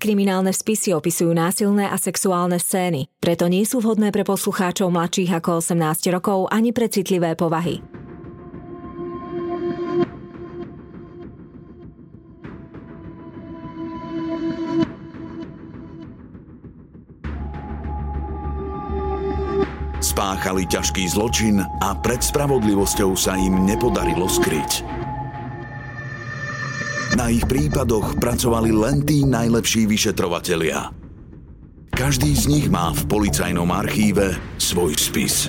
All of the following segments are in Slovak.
Kriminálne spisy opisujú násilné a sexuálne scény, preto nie sú vhodné pre poslucháčov mladších ako 18 rokov ani pre citlivé povahy. Spáchali ťažký zločin a pred spravodlivosťou sa im nepodarilo skryť. Na ich prípadoch pracovali len tí najlepší vyšetrovatelia. Každý z nich má v policajnom archíve svoj spis.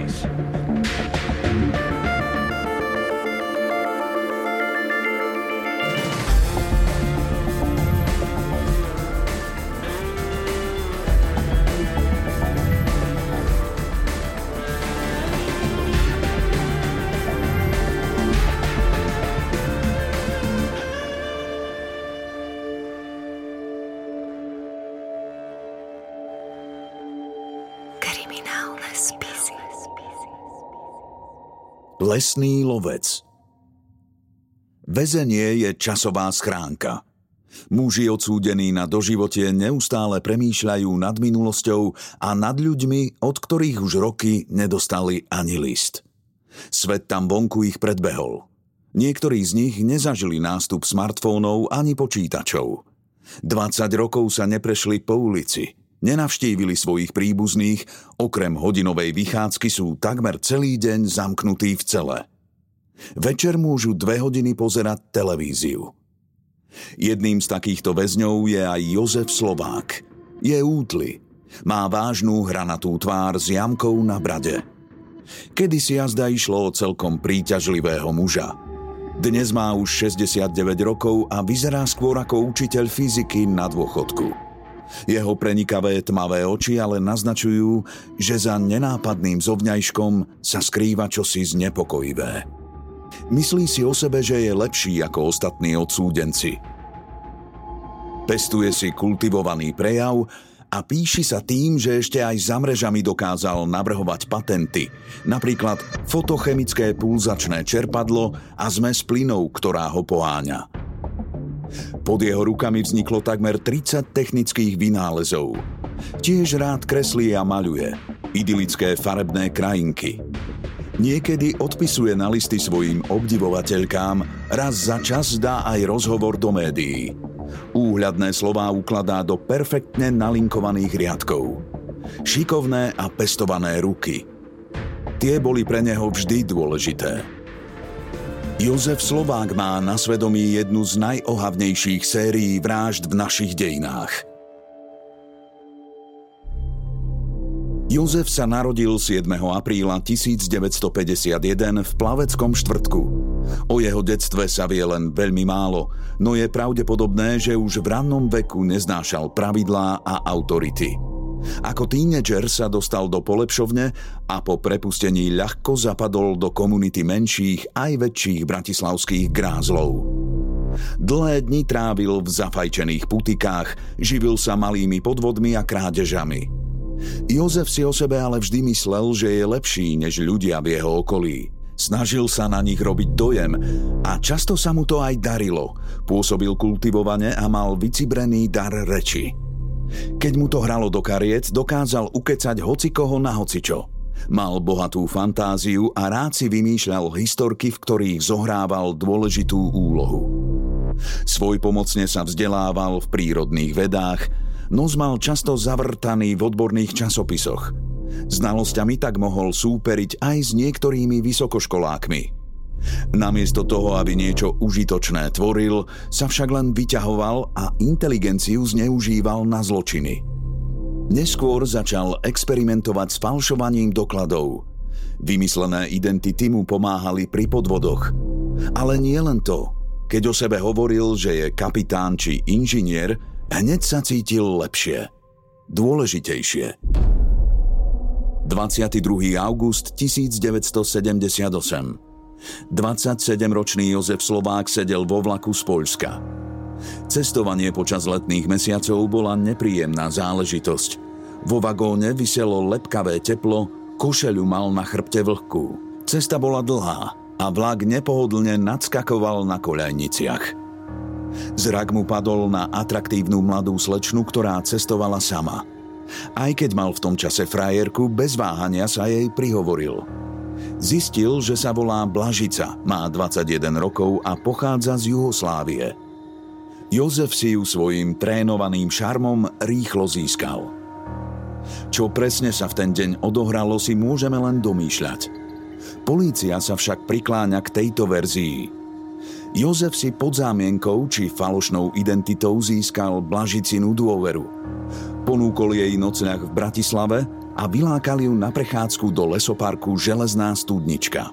Lesný lovec. Väzenie je časová schránka. Muži odsúdení na doživotie neustále premýšľajú nad minulosťou a nad ľuďmi, od ktorých už roky nedostali ani list. Svet tam vonku ich predbehol. Niektorí z nich nezažili nástup smartfónov ani počítačov. 20 rokov sa neprešli po ulici. Nenavštívili svojich príbuzných, okrem hodinovej vychádzky sú takmer celý deň zamknutí v cele. Večer môžu 2 hodiny pozerať televíziu. Jedným z takýchto väzňov je aj Jozef Slovák. Je útly. Má vážnu hranatú tvár s jamkou na brade. Kedysi jazda išlo o celkom príťažlivého muža. Dnes má už 69 rokov a vyzerá skôr ako učiteľ fyziky na dôchodku. Jeho prenikavé tmavé oči ale naznačujú, že za nenápadným zovňajškom sa skrýva čosi znepokojivé. Myslí si o sebe, že je lepší ako ostatní odsúdenci. Pestuje si kultivovaný prejav a píši sa tým, že ešte aj za mrežami dokázal navrhovať patenty, napríklad fotochemické pulzačné čerpadlo a zmes plynov, ktorá ho poháňa. Pod jeho rukami vzniklo takmer 30 technických vynálezov. Tiež rád kreslí a maľuje idylické farebné krajinky. Niekedy odpisuje na listy svojim obdivovateľkám, raz za čas dá aj rozhovor do médií. Úhľadné slová ukladá do perfektne nalinkovaných riadkov. Šikovné a pestované ruky. Tie boli pre neho vždy dôležité. Jozef Slovák má na svedomí jednu z najohavnejších sérií vražd v našich dejinách. Jozef sa narodil 7. apríla 1951 v Plaveckom Štvrtku. O jeho detstve sa vie len veľmi málo, no je pravdepodobné, že už v rannom veku neznášal pravidlá a autority. Ako tínedžer sa dostal do polepšovne a po prepustení ľahko zapadol do komunity menších aj väčších bratislavských grázlov. Dlhé dni trávil v zafajčených putikách, živil sa malými podvodmi a krádežami. Jozef si o sebe ale vždy myslel, že je lepší než ľudia v jeho okolí. Snažil sa na nich robiť dojem a často sa mu to aj darilo. Pôsobil kultivovane a mal vycibrený dar reči. Keď mu to hralo do kariet, dokázal ukecať hocikoho na hocičo. Mal bohatú fantáziu a rád si vymýšľal historky, v ktorých zohrával dôležitú úlohu. Svojpomocne sa vzdelával v prírodných vedách, no mal často zavrtaný v odborných časopisoch. Znalosťami tak mohol súperiť aj s niektorými vysokoškolákmi. Namiesto toho, aby niečo užitočné tvoril, sa však len vyťahoval a inteligenciu zneužíval na zločiny. Neskôr začal experimentovať s falšovaním dokladov. Vymyslené identity mu pomáhali pri podvodoch. Ale nie len to. Keď o sebe hovoril, že je kapitán či inžinier, hneď sa cítil lepšie. Dôležitejšie. 22. august 1978. 27-ročný Jozef Slovák sedel vo vlaku z Poľska. Cestovanie počas letných mesiacov bola nepríjemná záležitosť. Vo vagóne viselo lepkavé teplo, košeľu mal na chrbte vlhkú. Cesta bola dlhá a vlak nepohodlne nadskakoval na koľajniciach. Zrak mu padol na atraktívnu mladú slečnu, ktorá cestovala sama. Aj keď mal v tom čase frajerku, bez váhania sa jej prihovoril. Zistil, že sa volá Blažica, má 21 rokov a pochádza z Juhoslávie. Jozef si ju svojím trénovaným šarmom rýchlo získal. Čo presne sa v ten deň odohralo, si môžeme len domýšľať. Polícia sa však prikláňa k tejto verzii. Jozef si pod zámienkou či falošnou identitou získal Blažicinu dôveru. Ponúkol jej nocľah v Bratislave a vylákal ju na prechádzku do lesoparku Železná studnička.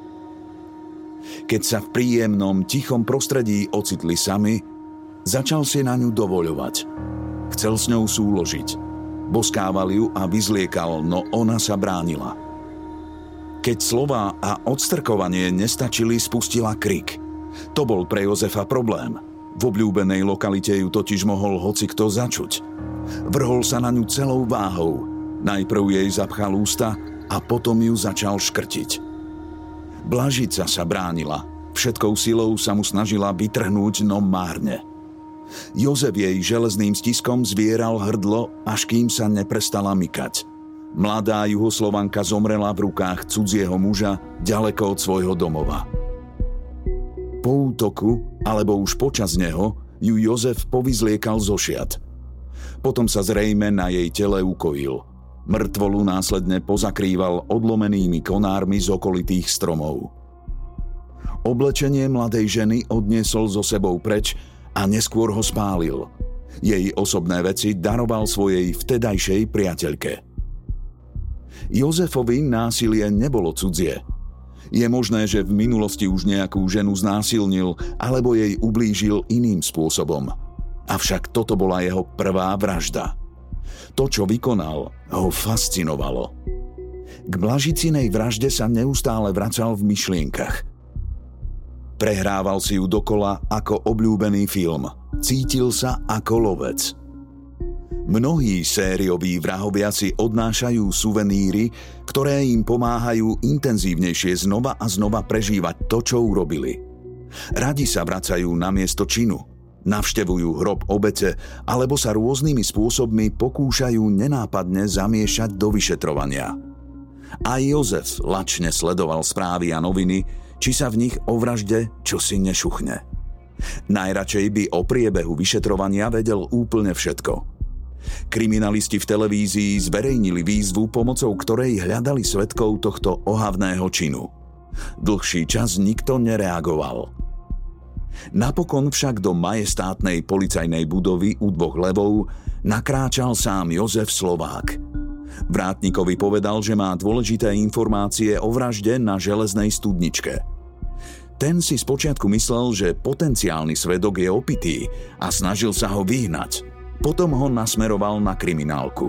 Keď sa v príjemnom, tichom prostredí ocitli sami, začal si na ňu dovoľovať. Chcel s ňou súložiť. Boskával ju a vyzliekal, no ona sa bránila. Keď slová a odstrkovanie nestačili, spustila krik. To bol pre Jozefa problém. V obľúbenej lokalite ju totiž mohol hocikto začuť. Vrhol sa na ňu celou váhou. Najprv jej zapchal ústa a potom ju začal škrtiť. Blažica sa bránila. Všetkou silou sa mu snažila vytrhnúť, no márne. Jozef jej železným stiskom zvieral hrdlo, až kým sa neprestala mykať. Mladá Juhoslovanka zomrela v rukách cudzieho muža ďaleko od svojho domova. Po útoku, alebo už počas neho, ju Jozef povyzliekal zo šiat. Potom sa zrejme na jej tele ukojil. Mŕtvolu následne pozakrýval odlomenými konármi z okolitých stromov. Oblečenie mladej ženy odniesol so sebou preč a neskôr ho spálil. Jej osobné veci daroval svojej vtedajšej priateľke. Jozefovi násilie nebolo cudzie. Je možné, že v minulosti už nejakú ženu znásilnil alebo jej ublížil iným spôsobom. Avšak toto bola jeho prvá vražda. To, čo vykonal, ho fascinovalo. K Blažicinej vražde sa neustále vracal v myšlienkach. Prehrával si ju dokola ako obľúbený film. Cítil sa ako lovec. Mnohí sérioví vrahovia si odnášajú suveníry, ktoré im pomáhajú intenzívnejšie znova a znova prežívať to, čo urobili. Radi sa vracajú na miesto činu, navštevujú hrob obete alebo sa rôznymi spôsobmi pokúšajú nenápadne zamiešať do vyšetrovania. Aj Jozef lačne sledoval správy a noviny, či sa v nich o vražde čosi nešuchne. Najradšej by o priebehu vyšetrovania vedel úplne všetko. Kriminalisti v televízii zverejnili výzvu, pomocou ktorej hľadali svedkov tohto ohavného činu. Dlhší čas nikto nereagoval. Napokon však do majestátnej policajnej budovy u Dvoch levov nakráčal sám Jozef Slovák. Vrátnikovi povedal, že má dôležité informácie o vražde na Železnej studničke. Ten si spočiatku myslel, že potenciálny svedok je opitý a snažil sa ho vyhnať. Potom ho nasmeroval na kriminálku.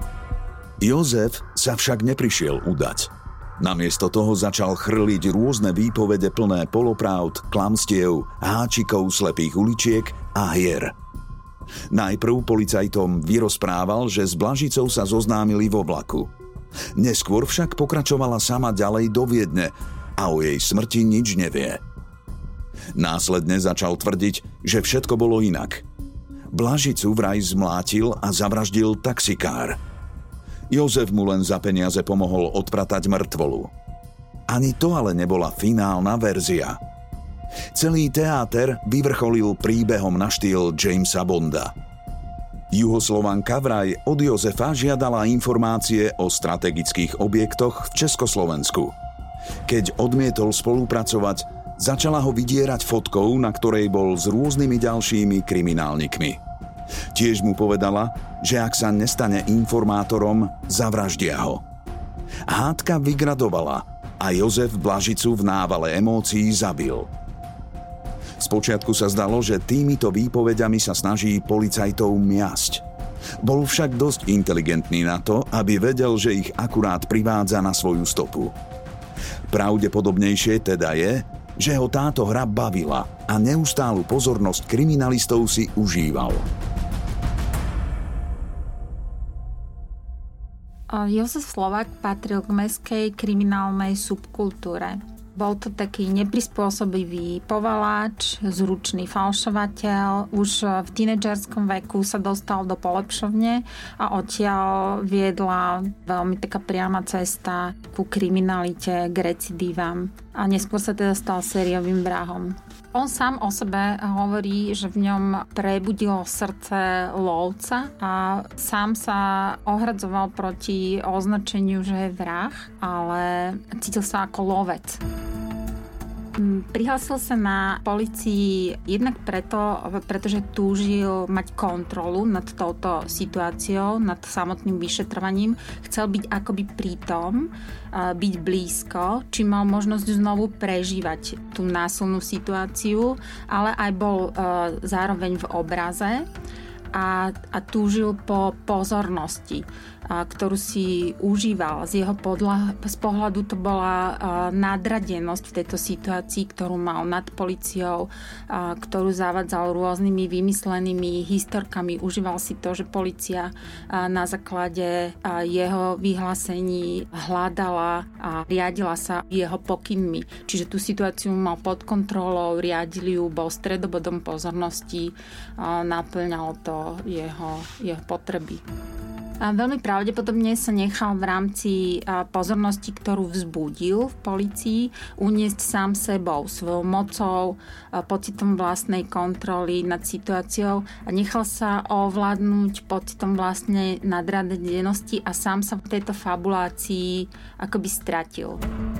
Jozef sa však neprišiel udať. Namiesto toho začal chrliť rôzne výpovede plné polopravd, klamstiev, háčikov, slepých uličiek a hier. Najprv policajtom vyrozprával, že s Blažicou sa zoznámili vo vlaku. Neskôr však pokračovala sama ďalej do Viedne a o jej smrti nič nevie. Následne začal tvrdiť, že všetko bolo inak. Blažicu vraj zmlátil a zavraždil taxikár. Jozef mu len za peniaze pomohol odpratať mŕtvolu. Ani to ale nebola finálna verzia. Celý teáter vyvrcholil príbehom na štýl Jamesa Bonda. Juhoslovanka vraj od Jozefa žiadala informácie o strategických objektoch v Československu. Keď odmietol spolupracovať, začala ho vydierať fotkou, na ktorej bol s rôznymi ďalšími kriminálnikmi. Tiež mu povedala, že ak sa nestane informátorom, zavraždia ho. Hádka vygradovala a Jozef Blažicu v návale emócií zabil. Spočiatku sa zdalo, že týmito výpovedami sa snaží policajtov miasť. Bol však dosť inteligentný na to, aby vedel, že ich akurát privádza na svoju stopu. Pravdepodobnejšie teda je, že ho táto hra bavila a neustálu pozornosť kriminalistov si užíval. Jozef Slovák patril k mestskej kriminálnej subkultúre. Bol to taký neprispôsobivý povaláč, zručný falšovateľ. Už v tínedžerskom veku sa dostal do polepšovne a odtiaľ viedla veľmi taká priama cesta ku kriminalite, k recidívam. A neskôr sa teda stal sériovým vrahom. On sám o sebe hovorí, že v ňom prebudilo srdce lovca a sám sa ohradzoval proti označeniu, že je vrah, ale cítil sa ako lovec. Prihlásil sa na polícii jednak pretože túžil mať kontrolu nad touto situáciou, nad samotným vyšetrovaním. Chcel byť akoby prítom, byť blízko, či mal možnosť znovu prežívať tú násilnú situáciu, ale aj bol zároveň v obraze a túžil po pozornosti, ktorú si užíval. Z pohľadu to bola nadradenosť v tejto situácii, ktorú mal nad políciou, ktorú zavádzal rôznymi vymyslenými historkami. Užíval si to, že polícia na základe jeho vyhlásení hľadala a riadila sa jeho pokynmi. Čiže tú situáciu mal pod kontrolou, riadili ju, bol stredobodom pozornosti, naplňalo to jeho potreby. A veľmi pravdepodobne sa nechal v rámci pozornosti, ktorú vzbudil v polícii, uniesť sám sebou, svojou mocou, pocitom vlastnej kontroly nad situáciou a nechal sa ovládnuť pocitom vlastnej nadradenosti a sám sa v tejto fabulácii akoby stratil.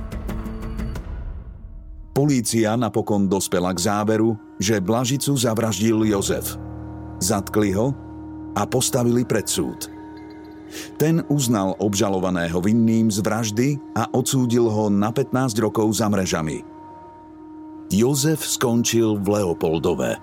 Polícia napokon dospela k záveru, že Blažicu zavraždil Jozef. Zatkli ho a postavili pred súd. Ten uznal obžalovaného vinným z vraždy a odsúdil ho na 15 rokov za mrežami. Jozef skončil v Leopoldove.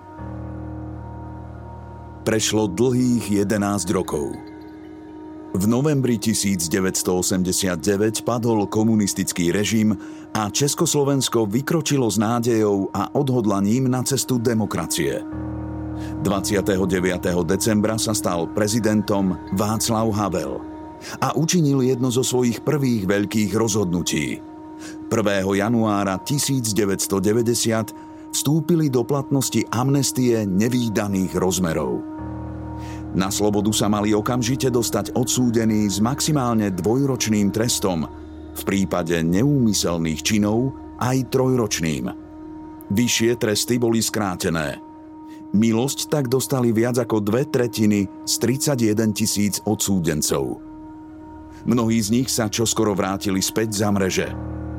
Prešlo dlhých 11 rokov. V novembri 1989 padol komunistický režim a Československo vykročilo s nádejou a odhodlaním na cestu demokracie. 29. decembra sa stal prezidentom Václav Havel a učinil jedno zo svojich prvých veľkých rozhodnutí. 1. januára 1990 vstúpili do platnosti amnestie nevídaných rozmerov. Na slobodu sa mali okamžite dostať odsúdení s maximálne 2-ročným trestom, v prípade neúmyselných činov aj 3-ročným. Vyššie tresty boli skrátené. Milosť tak dostali viac ako 2/3 z 31 000 odsúdencov. Mnohí z nich sa čoskoro vrátili späť za mreže.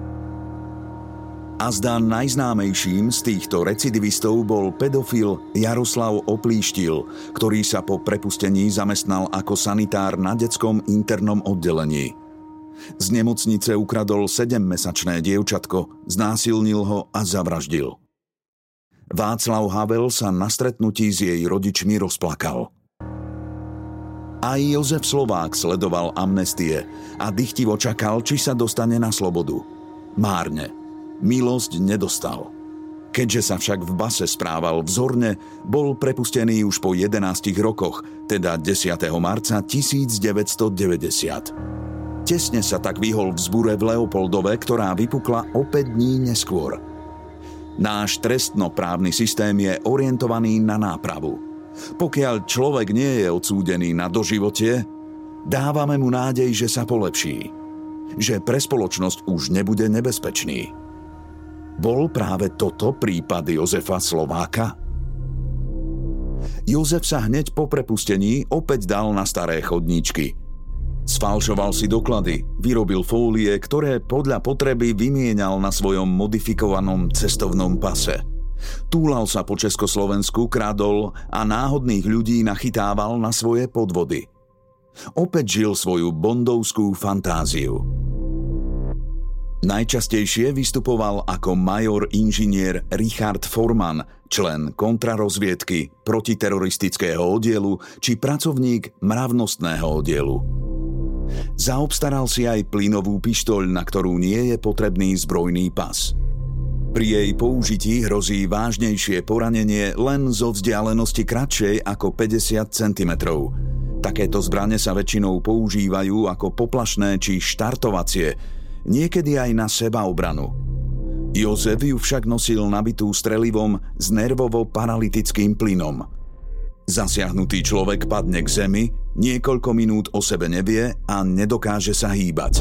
A zdá najznámejším z týchto recidivistov bol pedofil Jaroslav Oplíštil, ktorý sa po prepustení zamestnal ako sanitár na detskom internom oddelení. Z nemocnice ukradol 7-mesačné dievčatko, znásilnil ho a zavraždil. Václav Havel sa na stretnutí s jej rodičmi rozplakal. Aj Jozef Slovák sledoval amnestie a dychtivo čakal, či sa dostane na slobodu. Márne. Milosť nedostal. Keďže sa však v base správal vzorne, bol prepustený už po 11 rokoch, teda 10. marca 1990. Tesne sa tak vyhol v zbure v Leopoldove, ktorá vypukla o 5 dní neskôr. Náš trestnoprávny systém je orientovaný na nápravu. Pokiaľ človek nie je odsúdený na doživotie, dávame mu nádej, že sa polepší. Že pre spoločnosť už nebude nebezpečný. Bol práve toto prípad Jozefa Slováka? Jozef sa hneď po prepustení opäť dal na staré chodníčky. Sfalšoval si doklady, vyrobil fólie, ktoré podľa potreby vymienial na svojom modifikovanom cestovnom pase. Túlal sa po Československu, kradol a náhodných ľudí nachytával na svoje podvody. Opäť žil svoju bondovskú fantáziu. Najčastejšie vystupoval ako major inžinier Richard Forman, člen kontrarozviedky, protiteroristického oddielu či pracovník mravnostného oddielu. Zaobstaral si aj plynovú pištoľ, na ktorú nie je potrebný zbrojný pas. Pri jej použití hrozí vážnejšie poranenie len zo vzdialenosti kratšej ako 50 cm. Takéto zbrane sa väčšinou používajú ako poplašné či štartovacie, niekedy aj na sebaobranu. Jozef ju však nosil nabitú strelivom s nervovo-paralytickým plynom. Zasiahnutý človek padne k zemi, niekoľko minút o sebe nevie a nedokáže sa hýbať.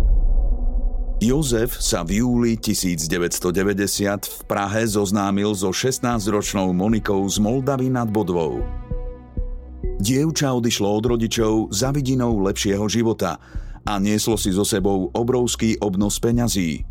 Jozef sa v júli 1990 v Prahe zoznámil so 16-ročnou Monikou z Moldavy nad Bodvou. Dievča odišlo od rodičov za vidinou lepšieho života a nieslo si so sebou obrovský obnos peňazí.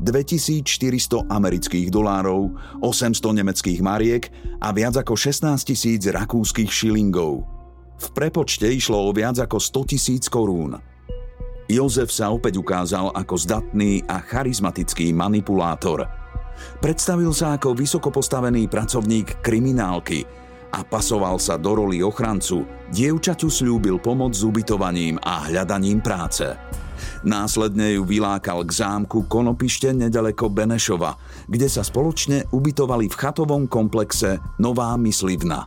2400 amerických dolárov, 800 nemeckých mariek a viac ako 16 000 rakúskych šilingov. V prepočte išlo o viac ako 100 000 korún. Jozef sa opäť ukázal ako zdatný a charizmatický manipulátor. Predstavil sa ako vysoko postavený pracovník kriminálky a pasoval sa do roli ochrancu. Dievčaťu sľúbil pomoc s ubytovaním a hľadaním práce. Následne ju vylákal k zámku Konopište nedaleko Benešova, kde sa spoločne ubytovali v chatovom komplexe Nová Myslivna.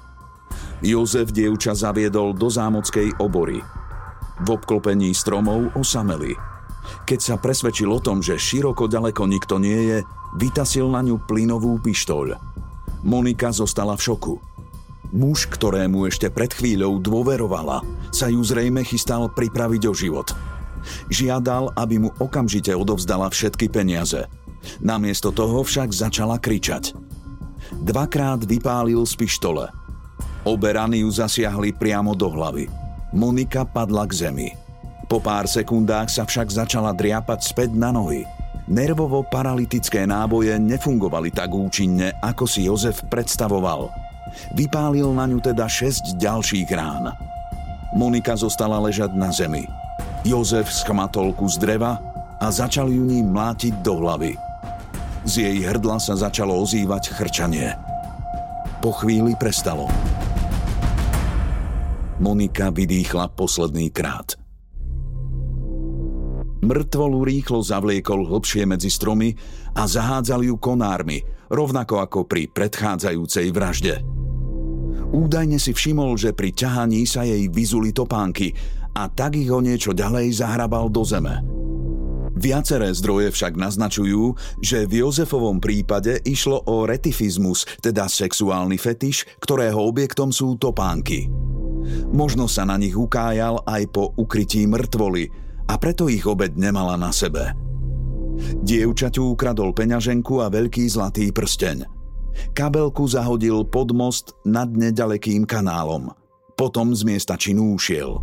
Jozef dievča zaviedol do zámockej obory. V obklopení stromov osameli. Keď sa presvedčil o tom, že široko ďaleko nikto nie je, vytasil na ňu plynovú pištoľ. Monika zostala v šoku. Muž, ktorému ešte pred chvíľou dôverovala, sa ju zrejme chystal pripraviť o život. Žiadal, aby mu okamžite odovzdala všetky peniaze. Namiesto toho však začala kričať. Dvakrát vypálil z pištole. Obe rany ju zasiahli priamo do hlavy. Monika padla k zemi. Po pár sekundách sa však začala driapať späť na nohy. Nervovo-paralytické náboje nefungovali tak účinne, ako si Jozef predstavoval. Vypálil na ňu teda 6 ďalších rán. Monika zostala ležať na zemi. Jozef schmatol kus dreva a začal ju ním mlátiť do hlavy. Z jej hrdla sa začalo ozývať chrčanie. Po chvíli prestalo. Monika vydýchla posledný krát. Mŕtvolu rýchlo zavliekol hlbšie medzi stromy a zahádzal ju konármi, rovnako ako pri predchádzajúcej vražde. Údajne si všimol, že pri ťahaní sa jej vyzuli topánky a tak ich o niečo ďalej zahrabal do zeme. Viaceré zdroje však naznačujú, že v Jozefovom prípade išlo o retifizmus, teda sexuálny fetiš, ktorého objektom sú topánky. Možno sa na nich ukájal aj po ukrytí mŕtvoly a preto ich obeť nemala na sebe. Dievčaťu ukradol peňaženku a veľký zlatý prsteň. Kabelku zahodil pod most nad nedalekým kanálom. Potom z miesta činu ušiel.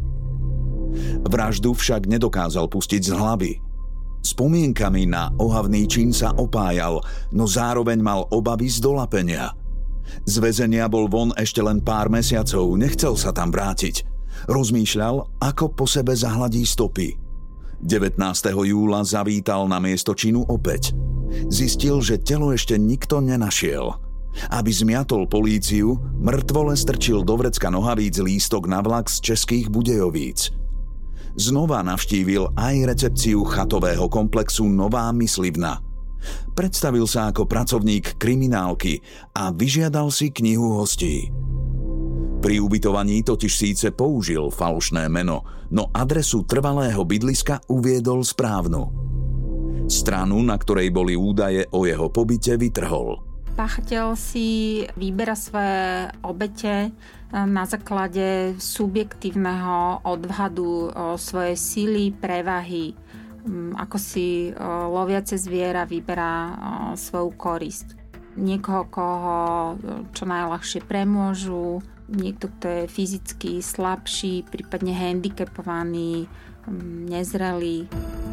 Vraždu však nedokázal pustiť z hlavy. Spomienkami na ohavný čin sa opájal, no zároveň mal obavy z dolapenia. Z väzenia bol von ešte len pár mesiacov, nechcel sa tam vrátiť. Rozmýšľal, ako po sebe zahladí stopy. 19. júla zavítal na miesto činu opäť. Zistil, že telo ešte nikto nenašiel. Aby zmiatol políciu, mŕtvole strčil do vrecka nohavíc lístok na vlak z Českých Budejovíc. Znova navštívil aj recepciu chatového komplexu Nová Myslivna. Predstavil sa ako pracovník kriminálky a vyžiadal si knihu hostí. Pri ubytovaní totiž síce použil falošné meno, no adresu trvalého bydliska uviedol správnu. Stranu, na ktorej boli údaje o jeho pobyte, vytrhol. Páchateľ si vyberá svoje obete na základe subjektívneho odhadu svojej síly, prevahy, ako si loviace zviera vyberá svoju korisť. Niekoho, koho čo najľahšie premôžu, niekto, kto je fyzicky slabší, prípadne handicapovaný, nezrelý.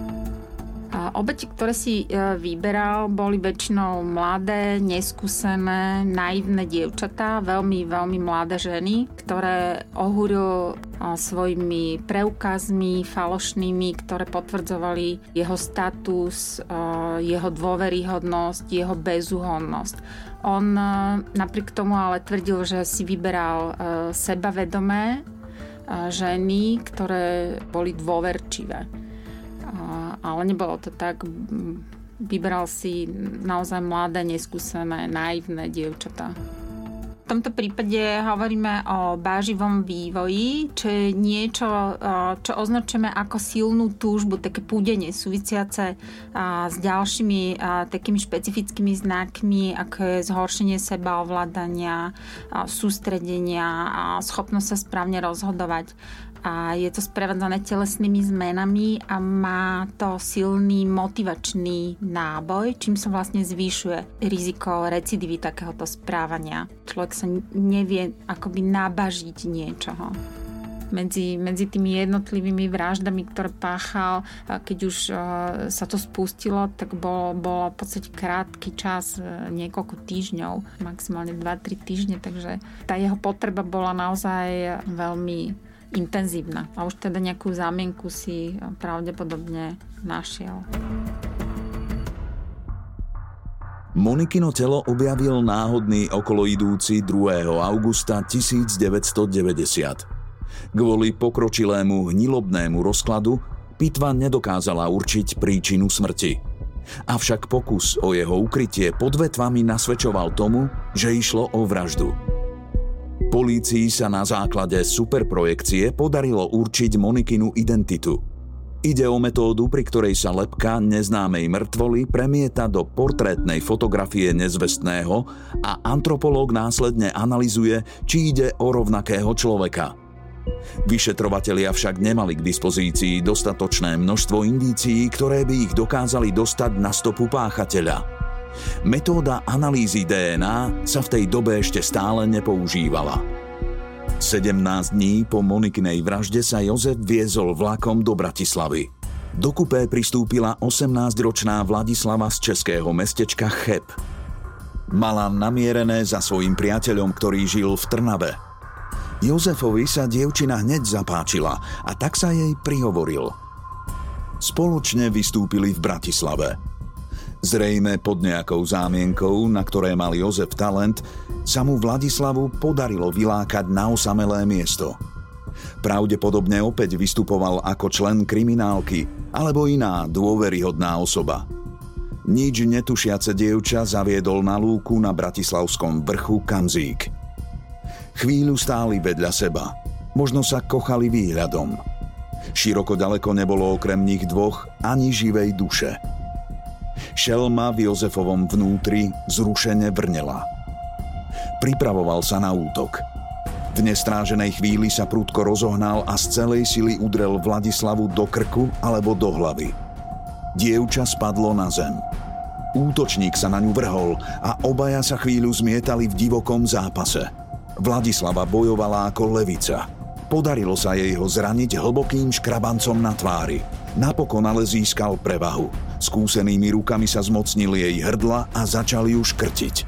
Obete, ktoré si vyberal, boli väčšinou mladé, neskúsené, naivné dievčatá, veľmi, veľmi mladé ženy, ktoré ohúril svojimi preukazmi falošnými, ktoré potvrdzovali jeho status, jeho dôveryhodnosť, jeho bezúhonnosť. On napriek tomu ale tvrdil, že si vyberal sebavedomé ženy, ktoré boli dôverčivé. Ale nebolo to tak. Vyberal si naozaj mladé, neskúsené, naivné dievčatá. V tomto prípade hovoríme o báživom vývoji, čo je niečo, čo označujeme ako silnú túžbu, také púdenie súvisiace s ďalšími takými špecifickými znakmi, ako je zhoršenie sebaovládania, sústredenia a schopnosť sa správne rozhodovať. A je to sprevádzané telesnými zmenami a má to silný motivačný náboj, čím sa vlastne zvyšuje riziko recidivy takéhoto správania. Človek sa nevie akoby nabažiť niečoho. Medzi tými jednotlivými vraždami, ktoré páchal, keď už sa to spustilo, tak bolo v podstate krátky čas, niekoľko týždňov, maximálne 2-3 týždne, takže tá jeho potreba bola naozaj veľmi intenzívna. A už teda nejakú zámienku si pravdepodobne našiel. Monikino telo objavil náhodný okoloidúci 2. augusta 1990. Kvôli pokročilému hnilobnému rozkladu pitva nedokázala určiť príčinu smrti. Avšak pokus o jeho ukrytie pod vetvami nasvedčoval tomu, že išlo o vraždu. Polícii sa na základe superprojekcie podarilo určiť Monikinu identitu. Ide o metódu, pri ktorej sa lebka neznámej mŕtvoly premieta do portrétnej fotografie nezvestného a antropológ následne analyzuje, či ide o rovnakého človeka. Vyšetrovatelia však nemali k dispozícii dostatočné množstvo indícií, ktoré by ich dokázali dostať na stopu páchateľa. Metóda analýzy DNA sa v tej dobe ešte stále nepoužívala. 17 dní po Monikinej vražde sa Jozef viezol vlakom do Bratislavy. Do kupé pristúpila 18-ročná Vladislava z českého mestečka Cheb. Mala namierené za svojím priateľom, ktorý žil v Trnave. Jozefovi sa dievčina hneď zapáčila a tak sa jej prihovoril. Spoločne vystúpili v Bratislave. Zrejme pod nejakou zámienkou, na ktoré mal Jozef talent, sa mu Vladislavu podarilo vylákať na osamelé miesto. Pravdepodobne opäť vystupoval ako člen kriminálky alebo iná dôveryhodná osoba. Nič netušiace dievča zaviedol na lúku na bratislavskom vrchu Kamzík. Chvíľu stáli vedľa seba. Možno sa kochali výhľadom. Široko ďaleko nebolo okrem nich dvoch ani živej duše. Šelma v Jozefovom vnútri zrušene vrnela. Pripravoval sa na útok. V nestráženej chvíli sa prudko rozohnal a z celej sily udrel Vladislavu do krku alebo do hlavy. Dievča spadlo na zem. Útočník sa na ňu vrhol a obaja sa chvíľu zmietali v divokom zápase. Vladislava bojovala ako levica. Podarilo sa jej ho zraniť hlbokým škrabancom na tvári. Napokon ale získal prevahu. Skúsenými rukami sa zmocnil jej hrdla a začal ju škrtiť.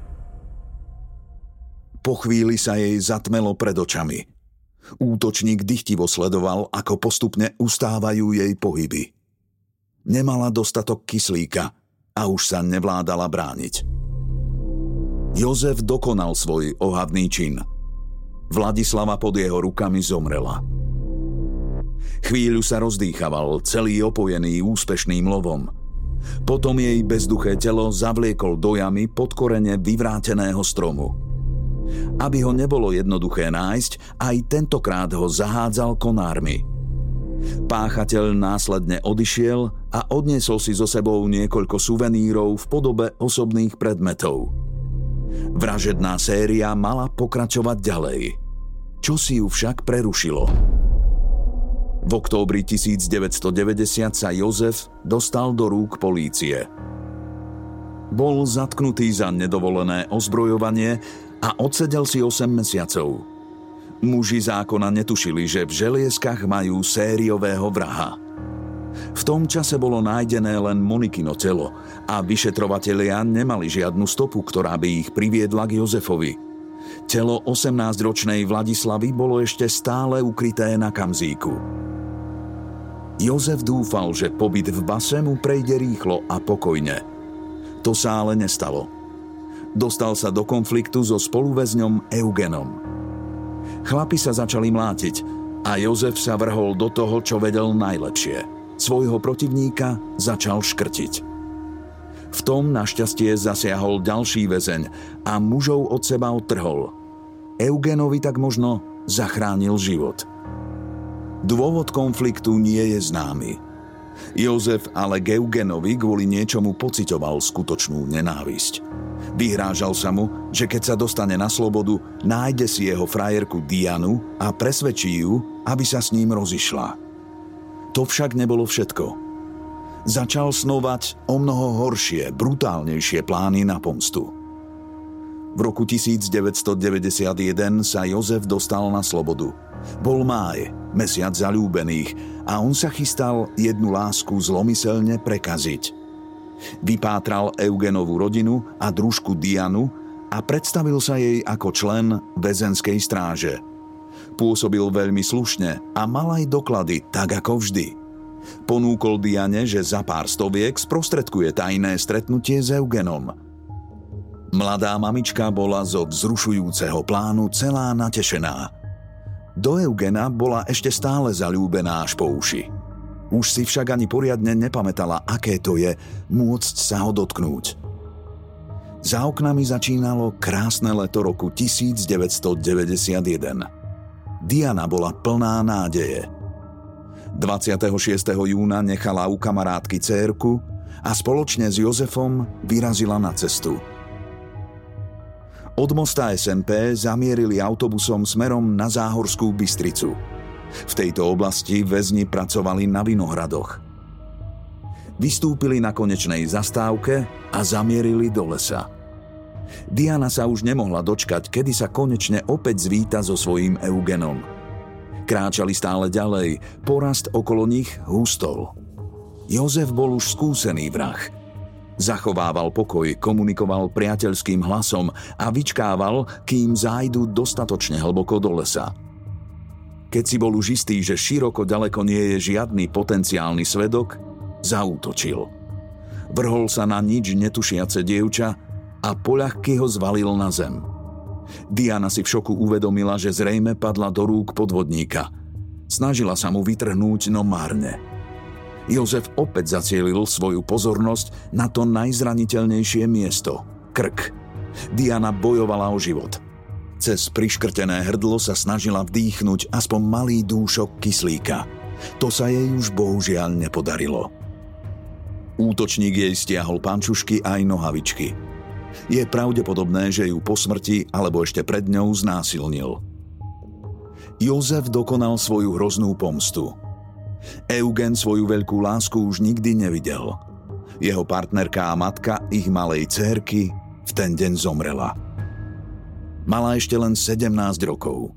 Po chvíli sa jej zatmelo pred očami. Útočník dychtivo sledoval, ako postupne ustávajú jej pohyby. Nemala dostatok kyslíka a už sa nevládala brániť. Jozef dokonal svoj ohavný čin. Vladislava pod jeho rukami zomrela. Chvíľu sa rozdýchaval, celý opojený úspešným lovom. Potom jej bezduché telo zavliekol do jamy pod korene vyvráteného stromu. Aby ho nebolo jednoduché nájsť, aj tentokrát ho zahádzal konármi. Páchateľ následne odišiel a odniesol si so sebou niekoľko suvenírov v podobe osobných predmetov. Vražedná séria mala pokračovať ďalej. Čo si ju však prerušilo? V októbri 1990 sa Jozef dostal do rúk polície. Bol zatknutý za nedovolené ozbrojovanie a odsedel si 8 mesiacov. Muži zákona netušili, že v Želieskach majú sériového vraha. V tom čase bolo nájdené len Monikino telo a vyšetrovatelia nemali žiadnu stopu, ktorá by ich priviedla k Jozefovi. Telo 18-ročnej Vladislavy bolo ešte stále ukryté na Kamzíku. Jozef dúfal, že pobyt v base mu prejde rýchlo a pokojne. To sa ale nestalo. Dostal sa do konfliktu so spoluväzňom Eugenom. Chlapi sa začali mlátiť a Jozef sa vrhol do toho, čo vedel najlepšie. Svojho protivníka začal škrtiť. V tom našťastie zasiahol ďalší väzeň a mužov od seba odtrhol. Eugenovi tak možno zachránil život. Dôvod konfliktu nie je známy. Jozef ale k Eugenovi kvôli niečomu pociťoval skutočnú nenávisť. Vyhrážal sa mu, že keď sa dostane na slobodu, nájde si jeho frajerku Dianu a presvedčí ju, aby sa s ním rozišla. To však nebolo všetko. Začal snovať o mnoho horšie, brutálnejšie plány na pomstu. V roku 1991 sa Jozef dostal na slobodu. Bol máj, mesiac zaľúbených, a on sa chystal jednu lásku zlomyselne prekaziť. Vypátral Eugenovú rodinu a družku Dianu a predstavil sa jej ako člen väzenskej stráže. Pôsobil veľmi slušne a mal aj doklady, tak ako vždy. Ponúkol Diane, že za pár stoviek sprostredkuje tajné stretnutie s Eugenom. Mladá mamička bola zo vzrušujúceho plánu celá natešená. Do Eugena bola ešte stále zaľúbená až po uši. Už si však ani poriadne nepamätala, aké to je môcť sa ho dotknúť. Za oknami začínalo krásne leto roku 1991. Diana bola plná nádeje. 26. júna nechala u kamarátky dcérku a spoločne s Jozefom vyrazila na cestu. Od mosta SNP zamierili autobusom smerom na Záhorskú Bystricu. V tejto oblasti väzni pracovali na vinohradoch. Vystúpili na konečnej zastávke a zamierili do lesa. Diana sa už nemohla dočkať, kedy sa konečne opäť zvíta so svojím Eugenom. Kráčali stále ďalej, porast okolo nich hustol. Jozef bol už skúsený vrah. Zachovával pokoj, komunikoval priateľským hlasom a vyčkával, kým zájdu dostatočne hlboko do lesa. Keď si bol už istý, že široko ďaleko nie je žiadny potenciálny svedok, zaútočil. Vrhol sa na nič netušiace dievča a poľahky ho zvalil na zem. Diana si v šoku uvedomila, že zrejme padla do rúk podvodníka. Snažila sa mu vytrhnúť, no márne. Jozef opäť zacielil svoju pozornosť na to najzraniteľnejšie miesto – krk. Diana bojovala o život. Cez priškrtené hrdlo sa snažila vdýchnuť aspoň malý dúšok kyslíka. To sa jej už bohužiaľ nepodarilo. Útočník jej stiahol pančušky aj nohavičky. Je pravdepodobné, že ju po smrti alebo ešte pred ňou znásilnil. Jozef dokonal svoju hroznú pomstu. Eugen svoju veľkú lásku už nikdy nevidel. Jeho partnerka a matka ich malej dcérky v ten deň zomrela. Mala ešte len 17 rokov.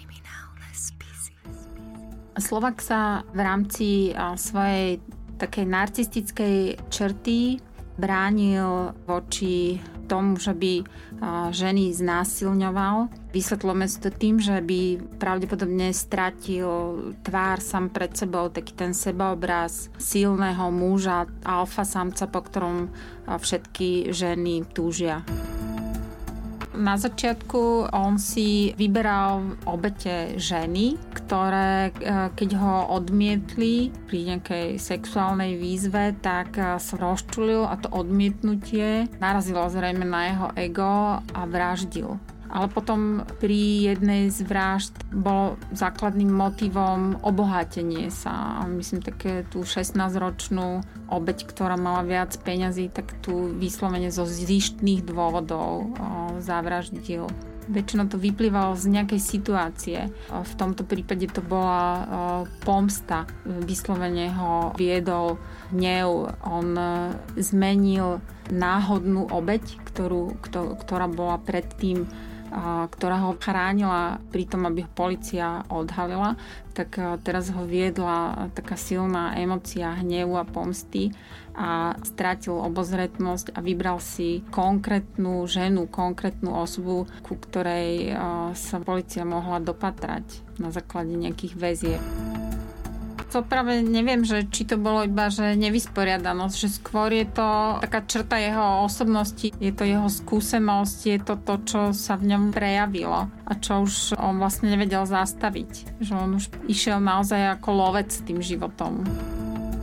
Slovák sa v rámci svojej takej narcistickej črty bránil voči tomu, že by ženy znásilňoval. Vysvetľujeme si to tým, že by pravdepodobne stratil tvár sám pred sebou, taký ten sebaobraz silného muža, alfa samca, po ktorom všetky ženy túžia. Na začiatku on si vyberal obete ženy, ktoré keď ho odmietli pri nejakej sexuálnej výzve, tak sa rozčulil a to odmietnutie narazilo zrejme na jeho ego a vraždil. Ale potom pri jednej z vražd bolo základným motivom obohátenie sa. Myslím, také tú 16-ročnú obeť, ktorá mala viac peňazí, tak tu vyslovene zo zištných dôvodov zavraždil. Väčšinou to vyplývalo z nejakej situácie. V tomto prípade to bola pomsta. Vyslovene ho viedol hnev. On zmenil náhodnú obeť, ktorá bola predtým, ktorá ho chránila pri tom, aby ho polícia odhalila, tak teraz ho viedla taká silná emócia hnevu a pomsty a strátil obozretnosť a vybral si konkrétnu ženu, konkrétnu osobu, ku ktorej sa polícia mohla dopatrať na základe nejakých väzieb. To práve neviem, že či to bolo iba, že nevysporiadanosť, že skôr je to taká črta jeho osobnosti, je to jeho skúsenosť, je to to, čo sa v ňom prejavilo a čo už on vlastne nevedel zastaviť. Že on už išiel naozaj ako lovec tým životom.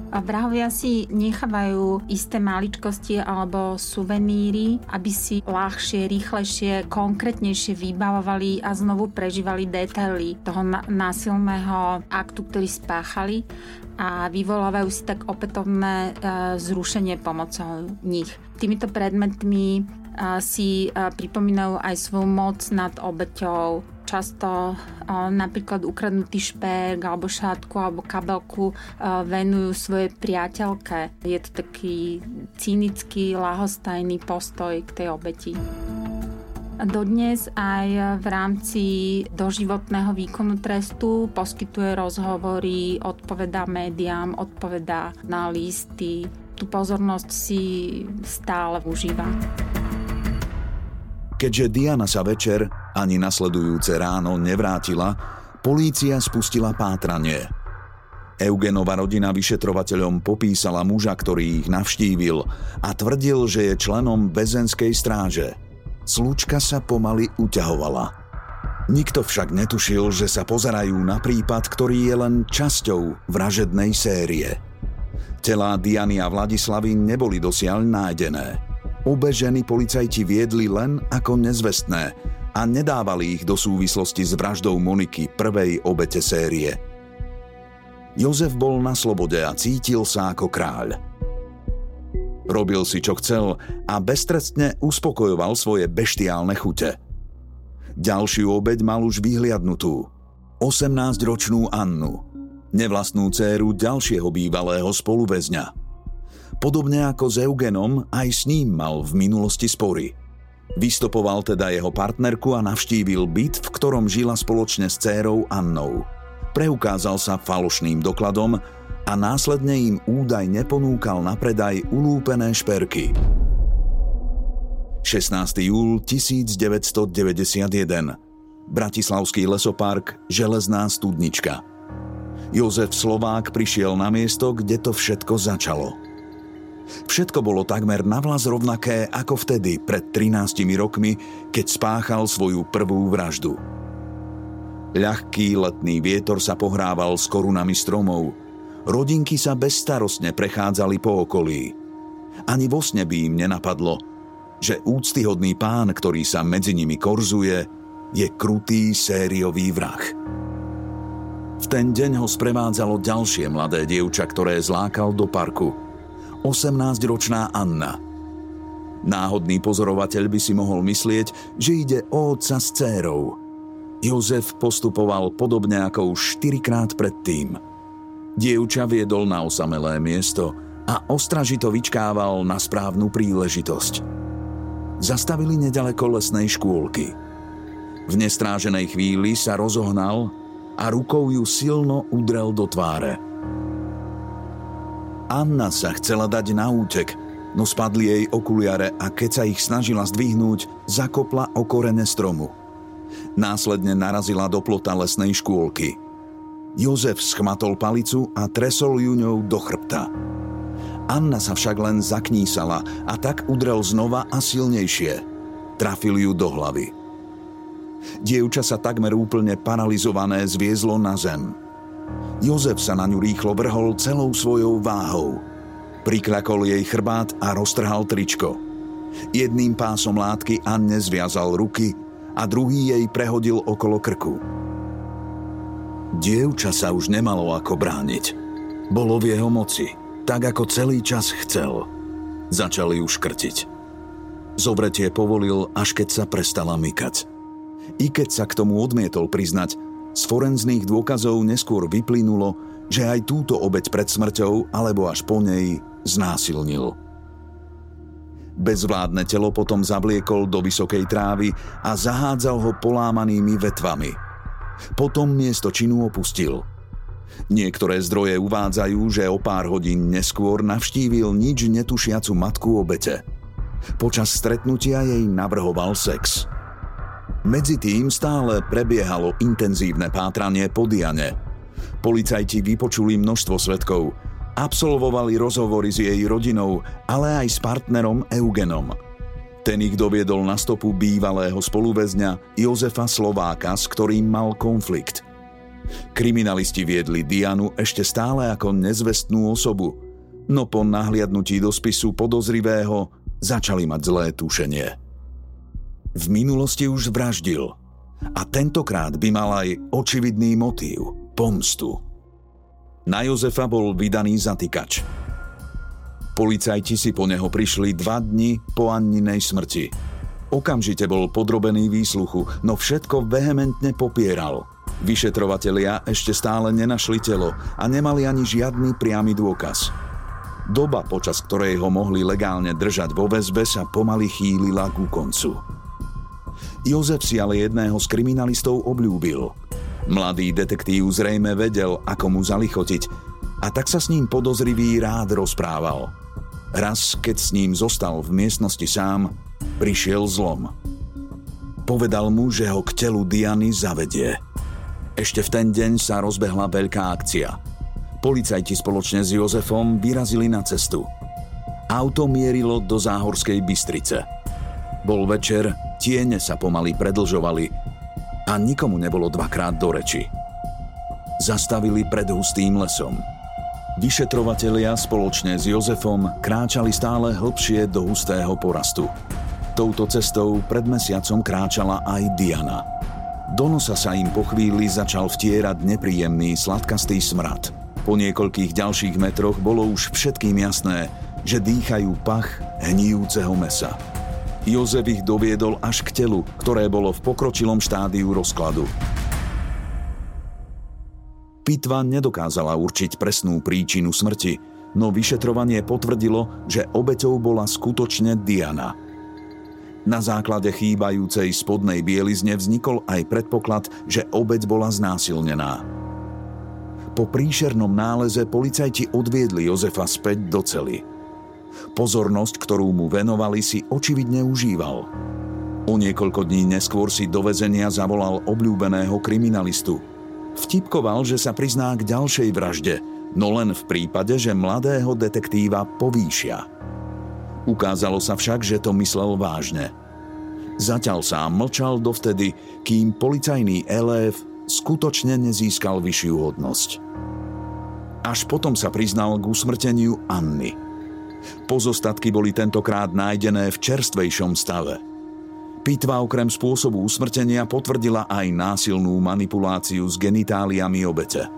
Vrahovia si nechávajú isté maličkosti alebo suveníry, aby si ľahšie, rýchlejšie, konkrétnejšie vybavovali a znovu prežívali detaily toho násilného aktu, ktorý spáchali, a vyvolávajú si tak opätovné zrušenie pomocou nich. Týmito predmetmi si pripomínajú aj svoju moc nad obeťou. Často napríklad ukradnutý šperk alebo šátku alebo kabelku venujú svojej priateľke. Je to taký cynický, ľahostajný postoj k tej obeti. Dodnes aj v rámci doživotného výkonu trestu poskytuje rozhovory, odpovedá médiám, odpovedá na listy. Tú pozornosť si stále užíva. Keďže Diana sa večer ani nasledujúce ráno nevrátila, polícia spustila pátranie. Eugenova rodina vyšetrovateľom popísala muža, ktorý ich navštívil, a tvrdil, že je členom väzenskej stráže. Slučka sa pomaly uťahovala. Nikto však netušil, že sa pozerajú na prípad, ktorý je len časťou vražednej série. Telá Diany a Vladislavy neboli dosiaľ nájdené. Obe ženy policajti viedli len ako nezvestné a nedávali ich do súvislosti s vraždou Moniky, prvej obete série. Jozef bol na slobode a cítil sa ako kráľ. Robil si, čo chcel, a beztrestne uspokojoval svoje beštiálne chute. Ďalšiu obeť mal už vyhliadnutú. 18-ročnú Annu, nevlastnú dcéru ďalšieho bývalého spoluväzňa. Podobne ako s Eugenom, aj s ním mal v minulosti spory. Vystopoval teda jeho partnerku a navštívil byt, v ktorom žila spoločne s dcérou Annou. Preukázal sa falošným dokladom a následne im údajne ponúkal na predaj ulúpené šperky. 16. júl 1991. Bratislavský lesopark, Železná studnička. Jozef Slovák prišiel na miesto, kde to všetko začalo. Všetko bolo takmer navlas rovnaké ako vtedy, pred 13 rokmi, keď spáchal svoju prvú vraždu. Ľahký letný vietor sa pohrával s korunami stromov. Rodinky sa bezstarostne prechádzali po okolí. Ani vo sne by im nenapadlo, že úctyhodný pán, ktorý sa medzi nimi korzuje, je krutý sériový vrah. V ten deň ho sprevádzalo ďalšie mladé dievča, ktoré zlákal do parku. 18-ročná Anna. Náhodný pozorovateľ by si mohol myslieť, že ide o otca s dcérou. Jozef postupoval podobne ako už 4-krát predtým. Dievča viedol na osamelé miesto a ostražito vyčkával na správnu príležitosť. Zastavili nedaleko lesnej škôlky. V nestráženej chvíli sa rozohnal a rukou ju silno udrel do tváre. Anna sa chcela dať na útek, no spadli jej okuliare a keď sa ich snažila zdvihnúť, zakopla o korene stromu. Následne narazila do plota lesnej škôlky. Jozef schmatol palicu a tresol ju ňou do chrbta. Anna sa však len zaknísala a tak udrel znova a silnejšie. Trafil ju do hlavy. Dievča sa takmer úplne paralizované zviezlo na zem. Jozef sa na ňu rýchlo vrhol celou svojou váhou. Prikľakol jej chrbát a roztrhal tričko. Jedným pásom látky Anne zviazal ruky a druhý jej prehodil okolo krku. Dievča sa už nemalo ako brániť. Bolo v jeho moci, tak ako celý čas chcel. Začali ju škrtiť. Zovretie povolil, až keď sa prestala mykať. I keď sa k tomu odmietol priznať, z forenzných dôkazov neskôr vyplynulo, že aj túto obeť pred smrťou alebo až po nej znásilnil. Bezvládne telo potom zavliekol do vysokej trávy a zahádzal ho polámanými vetvami. Potom miesto činu opustil. Niektoré zdroje uvádzajú, že o pár hodín neskôr navštívil nič netušiacu matku obete. Počas stretnutia jej navrhoval sex. Medzitým stále prebiehalo intenzívne pátranie po Diane. Policajti vypočuli množstvo svedkov, absolvovali rozhovory s jej rodinou, ale aj s partnerom Eugenom. Ten ich doviedol na stopu bývalého spoluväzňa Jozefa Slováka, s ktorým mal konflikt. Kriminalisti viedli Dianu ešte stále ako nezvestnú osobu, no po nahliadnutí do spisu podozrivého začali mať zlé tušenie. V minulosti už vraždil a tentokrát by mal aj očividný motív – pomstu. Na Jozefa bol vydaný zatýkač. Policajti si po neho prišli 2 dni po Anninej smrti. Okamžite bol podrobený výsluchu, no všetko vehementne popieral. Vyšetrovatelia ešte stále nenašli telo a nemali ani žiadny priamy dôkaz. Doba, počas ktorej ho mohli legálne držať vo väzbe, sa pomaly chýlila ku koncu. Jozef si ale jedného z kriminalistov obľúbil. Mladý detektív zrejme vedel, ako mu zalichotiť, a tak sa s ním podozrivý rád rozprával. Raz, keď s ním zostal v miestnosti sám, prišiel zlom. Povedal mu, že ho k telu Diany zavedie. Ešte v ten deň sa rozbehla veľká akcia. Policajti spoločne s Jozefom vyrazili na cestu. Auto mierilo do Záhorskej Bystrice. Bol večer, tiene sa pomaly predlžovali a nikomu nebolo dvakrát do reči. Zastavili pred hustým lesom. Vyšetrovatelia spoločne s Jozefom kráčali stále hlbšie do hustého porastu. Touto cestou pred mesiacom kráčala aj Diana. Do nosa sa im po chvíli začal vtierať nepríjemný sladkastý smrad. Po niekoľkých ďalších metroch bolo už všetkým jasné, že dýchajú pach hnijúceho mesa. Jozef ich doviedol až k telu, ktoré bolo v pokročilom štádiu rozkladu. Pitva nedokázala určiť presnú príčinu smrti, no vyšetrovanie potvrdilo, že obeťou bola skutočne Diana. Na základe chýbajúcej spodnej bielizne vznikol aj predpoklad, že obeť bola znásilnená. Po príšernom náleze policajti odviedli Jozefa späť do cely. Pozornosť, ktorú mu venovali, si očividne užíval. O niekoľko dní neskôr si do väzenia zavolal obľúbeného kriminalistu. Vtipkoval, že sa prizná k ďalšej vražde, no len v prípade, že mladého detektíva povýšia. Ukázalo sa však, že to myslel vážne. Zatiaľ sám mlčal dovtedy, kým policajný elév skutočne nezískal vyššiu hodnosť. Až potom sa priznal k usmrteniu Anny. Pozostatky boli tentokrát nájdené v čerstvejšom stave. Pitva okrem spôsobu usmrtenia potvrdila aj násilnú manipuláciu s genitáliami obete.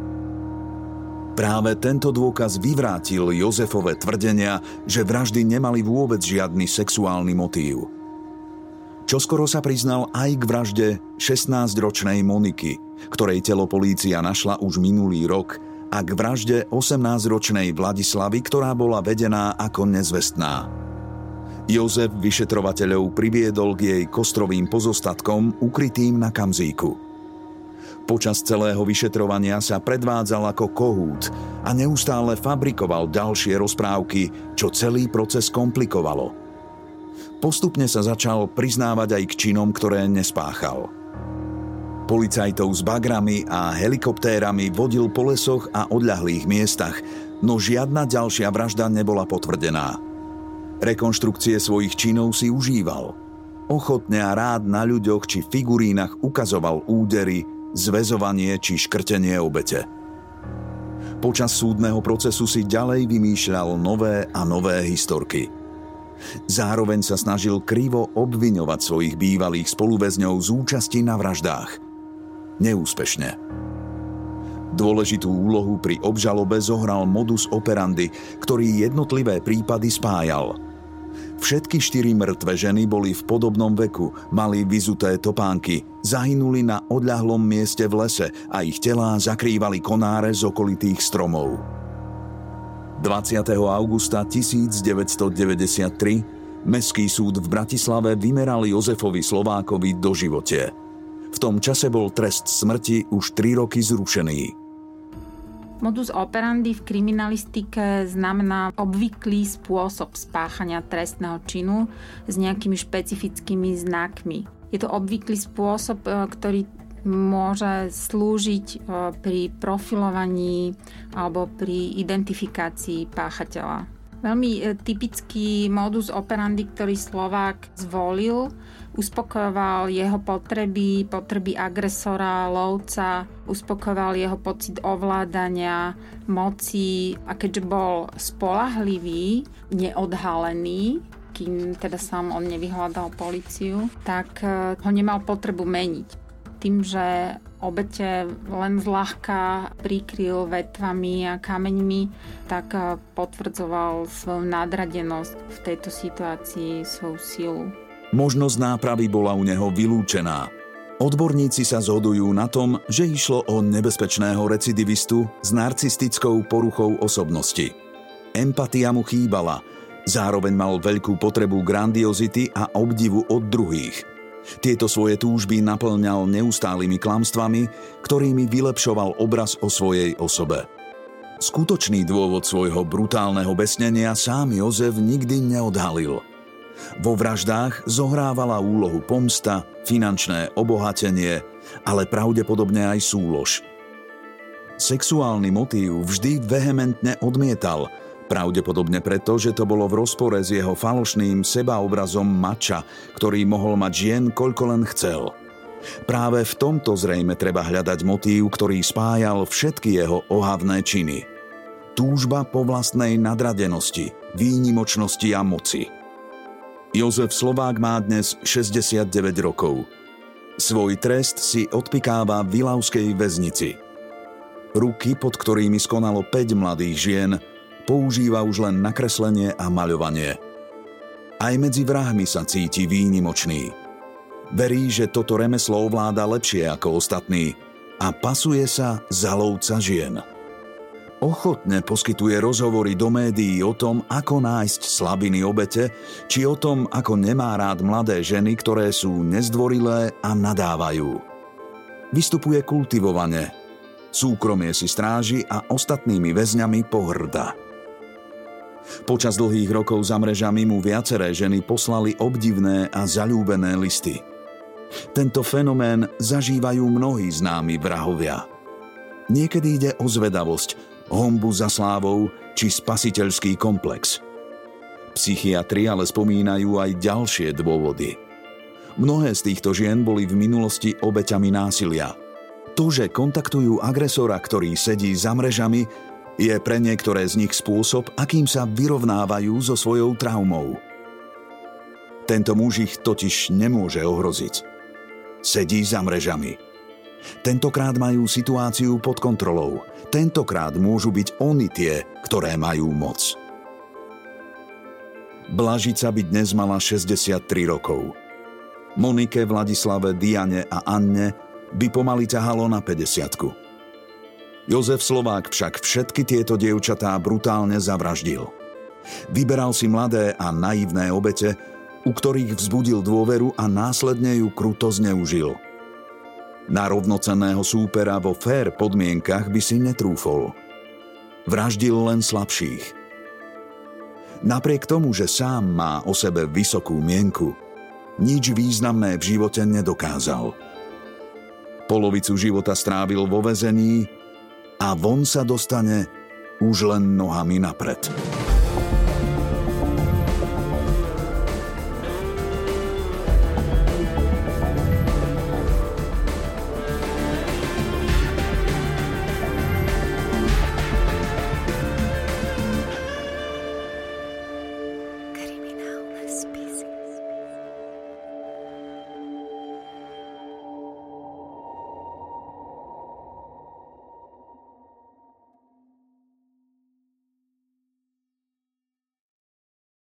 Práve tento dôkaz vyvrátil Jozefove tvrdenia, že vraždy nemali vôbec žiadny sexuálny motív. Čoskoro sa priznal aj k vražde 16-ročnej Moniky, ktorej telo polícia našla už minulý rok, a k vražde 18-ročnej Vladislavy, ktorá bola vedená ako nezvestná. Jozef vyšetrovateľov priviedol k jej kostrovým pozostatkom ukrytým na kamzíku. Počas celého vyšetrovania sa predvádzal ako kohút a neustále fabrikoval ďalšie rozprávky, čo celý proces komplikovalo. Postupne sa začal priznávať aj k činom, ktoré nespáchal. Policajtov s bagrami a helikoptérami vodil po lesoch a odľahlých miestach, no žiadna ďalšia vražda nebola potvrdená. Rekonštrukcie svojich činov si užíval. Ochotne a rád na ľuďoch či figurínach ukazoval údery, zväzovanie či škrtenie obete. Počas súdneho procesu si ďalej vymýšľal nové a nové historky. Zároveň sa snažil krivo obviňovať svojich bývalých spoluväzňov z účasti na vraždách. Neúspešne. Dôležitú úlohu pri obžalobe zohral modus operandi, ktorý jednotlivé prípady spájal. Všetky 4 mŕtve ženy boli v podobnom veku, mali vyzuté topánky, zahynuli na odľahlom mieste v lese a ich telá zakrývali konáre z okolitých stromov. 20. augusta 1993 Mestský súd v Bratislave vymeral Jozefovi Slovákovi doživote. V tom čase bol trest smrti už 3 roky zrušený. Modus operandi v kriminalistike znamená obvyklý spôsob spáchania trestného činu s nejakými špecifickými znakmi. Je to obvyklý spôsob, ktorý môže slúžiť pri profilovaní alebo pri identifikácii páchateľa. Veľmi typický modus operandi, ktorý Slovák zvolil, uspokojoval jeho potreby agresora, lovca, uspokojoval jeho pocit ovládania, moci a keďže bol spoľahlivý, neodhalený, kým teda sám on nevyhľadal políciu, tak ho nemal potrebu meniť. Tým, že obete len zľahka prikryl vetvami a kameňmi, tak potvrdzoval svoju nadradenosť v tejto situácii, svoju silu. Možnosť nápravy bola u neho vylúčená. Odborníci sa zhodujú na tom, že išlo o nebezpečného recidivistu s narcistickou poruchou osobnosti. Empatia mu chýbala, zároveň mal veľkú potrebu grandiozity a obdivu od druhých. Tieto svoje túžby naplňal neustálými klamstvami, ktorými vylepšoval obraz o svojej osobe. Skutočný dôvod svojho brutálneho besnenia sám Jozef nikdy neodhalil. Vo vraždách zohrávala úlohu pomsta, finančné obohatenie, ale pravdepodobne aj súlož. Sexuálny motív vždy vehementne odmietal, pravdepodobne preto, že to bolo v rozpore s jeho falošným sebaobrazom mača, ktorý mohol mať žien, koľko len chcel. Práve v tomto zrejme treba hľadať motív, ktorý spájal všetky jeho ohavné činy. Túžba po vlastnej nadradenosti, výnimočnosti a moci. Jozef Slovák má dnes 69 rokov. Svoj trest si odpikáva v Ilavskej väznici. Ruky, pod ktorými skonalo 5 mladých žien, používa už len na kreslenie a maľovanie. Aj medzi vrahmi sa cíti výnimočný. Verí, že toto remeslo ovláda lepšie ako ostatní a pasuje sa za lovca žien. Ochotne poskytuje rozhovory do médií o tom, ako nájsť slabiny obete, či o tom, ako nemá rád mladé ženy, ktoré sú nezdvorilé a nadávajú. Vystupuje kultivovane. Súkromie si stráži a ostatnými väzňami pohŕda. Počas dlhých rokov za mrežami mu viaceré ženy poslali obdivné a zaľúbené listy. Tento fenomén zažívajú mnohí známi vrahovia. Niekedy ide o zvedavosť, honbu za slávou či spasiteľský komplex. Psychiatri ale spomínajú aj ďalšie dôvody. Mnohé z týchto žien boli v minulosti obeťami násilia. To, že kontaktujú agresora, ktorý sedí za mrežami, je pre niektoré z nich spôsob, akým sa vyrovnávajú so svojou traumou. Tento muž ich totiž nemôže ohroziť. Sedí za mrežami. Tentokrát majú situáciu pod kontrolou. Tentokrát môžu byť oni tie, ktoré majú moc. Blažica by dnes mala 63 rokov. Monike, Vladislave, Diane a Anne by pomaly ťahalo na 50-ku. Jozef Slovák však všetky tieto dievčatá brutálne zavraždil. Vyberal si mladé a naivné obete, u ktorých vzbudil dôveru a následne ju kruto zneužil. Na rovnocenného súpera vo fér podmienkach by si netrúfol. Vraždil len slabších. Napriek tomu, že sám má o sebe vysokú mienku, nič významné v živote nedokázal. Polovicu života strávil vo väzení a von sa dostane už len nohami napred.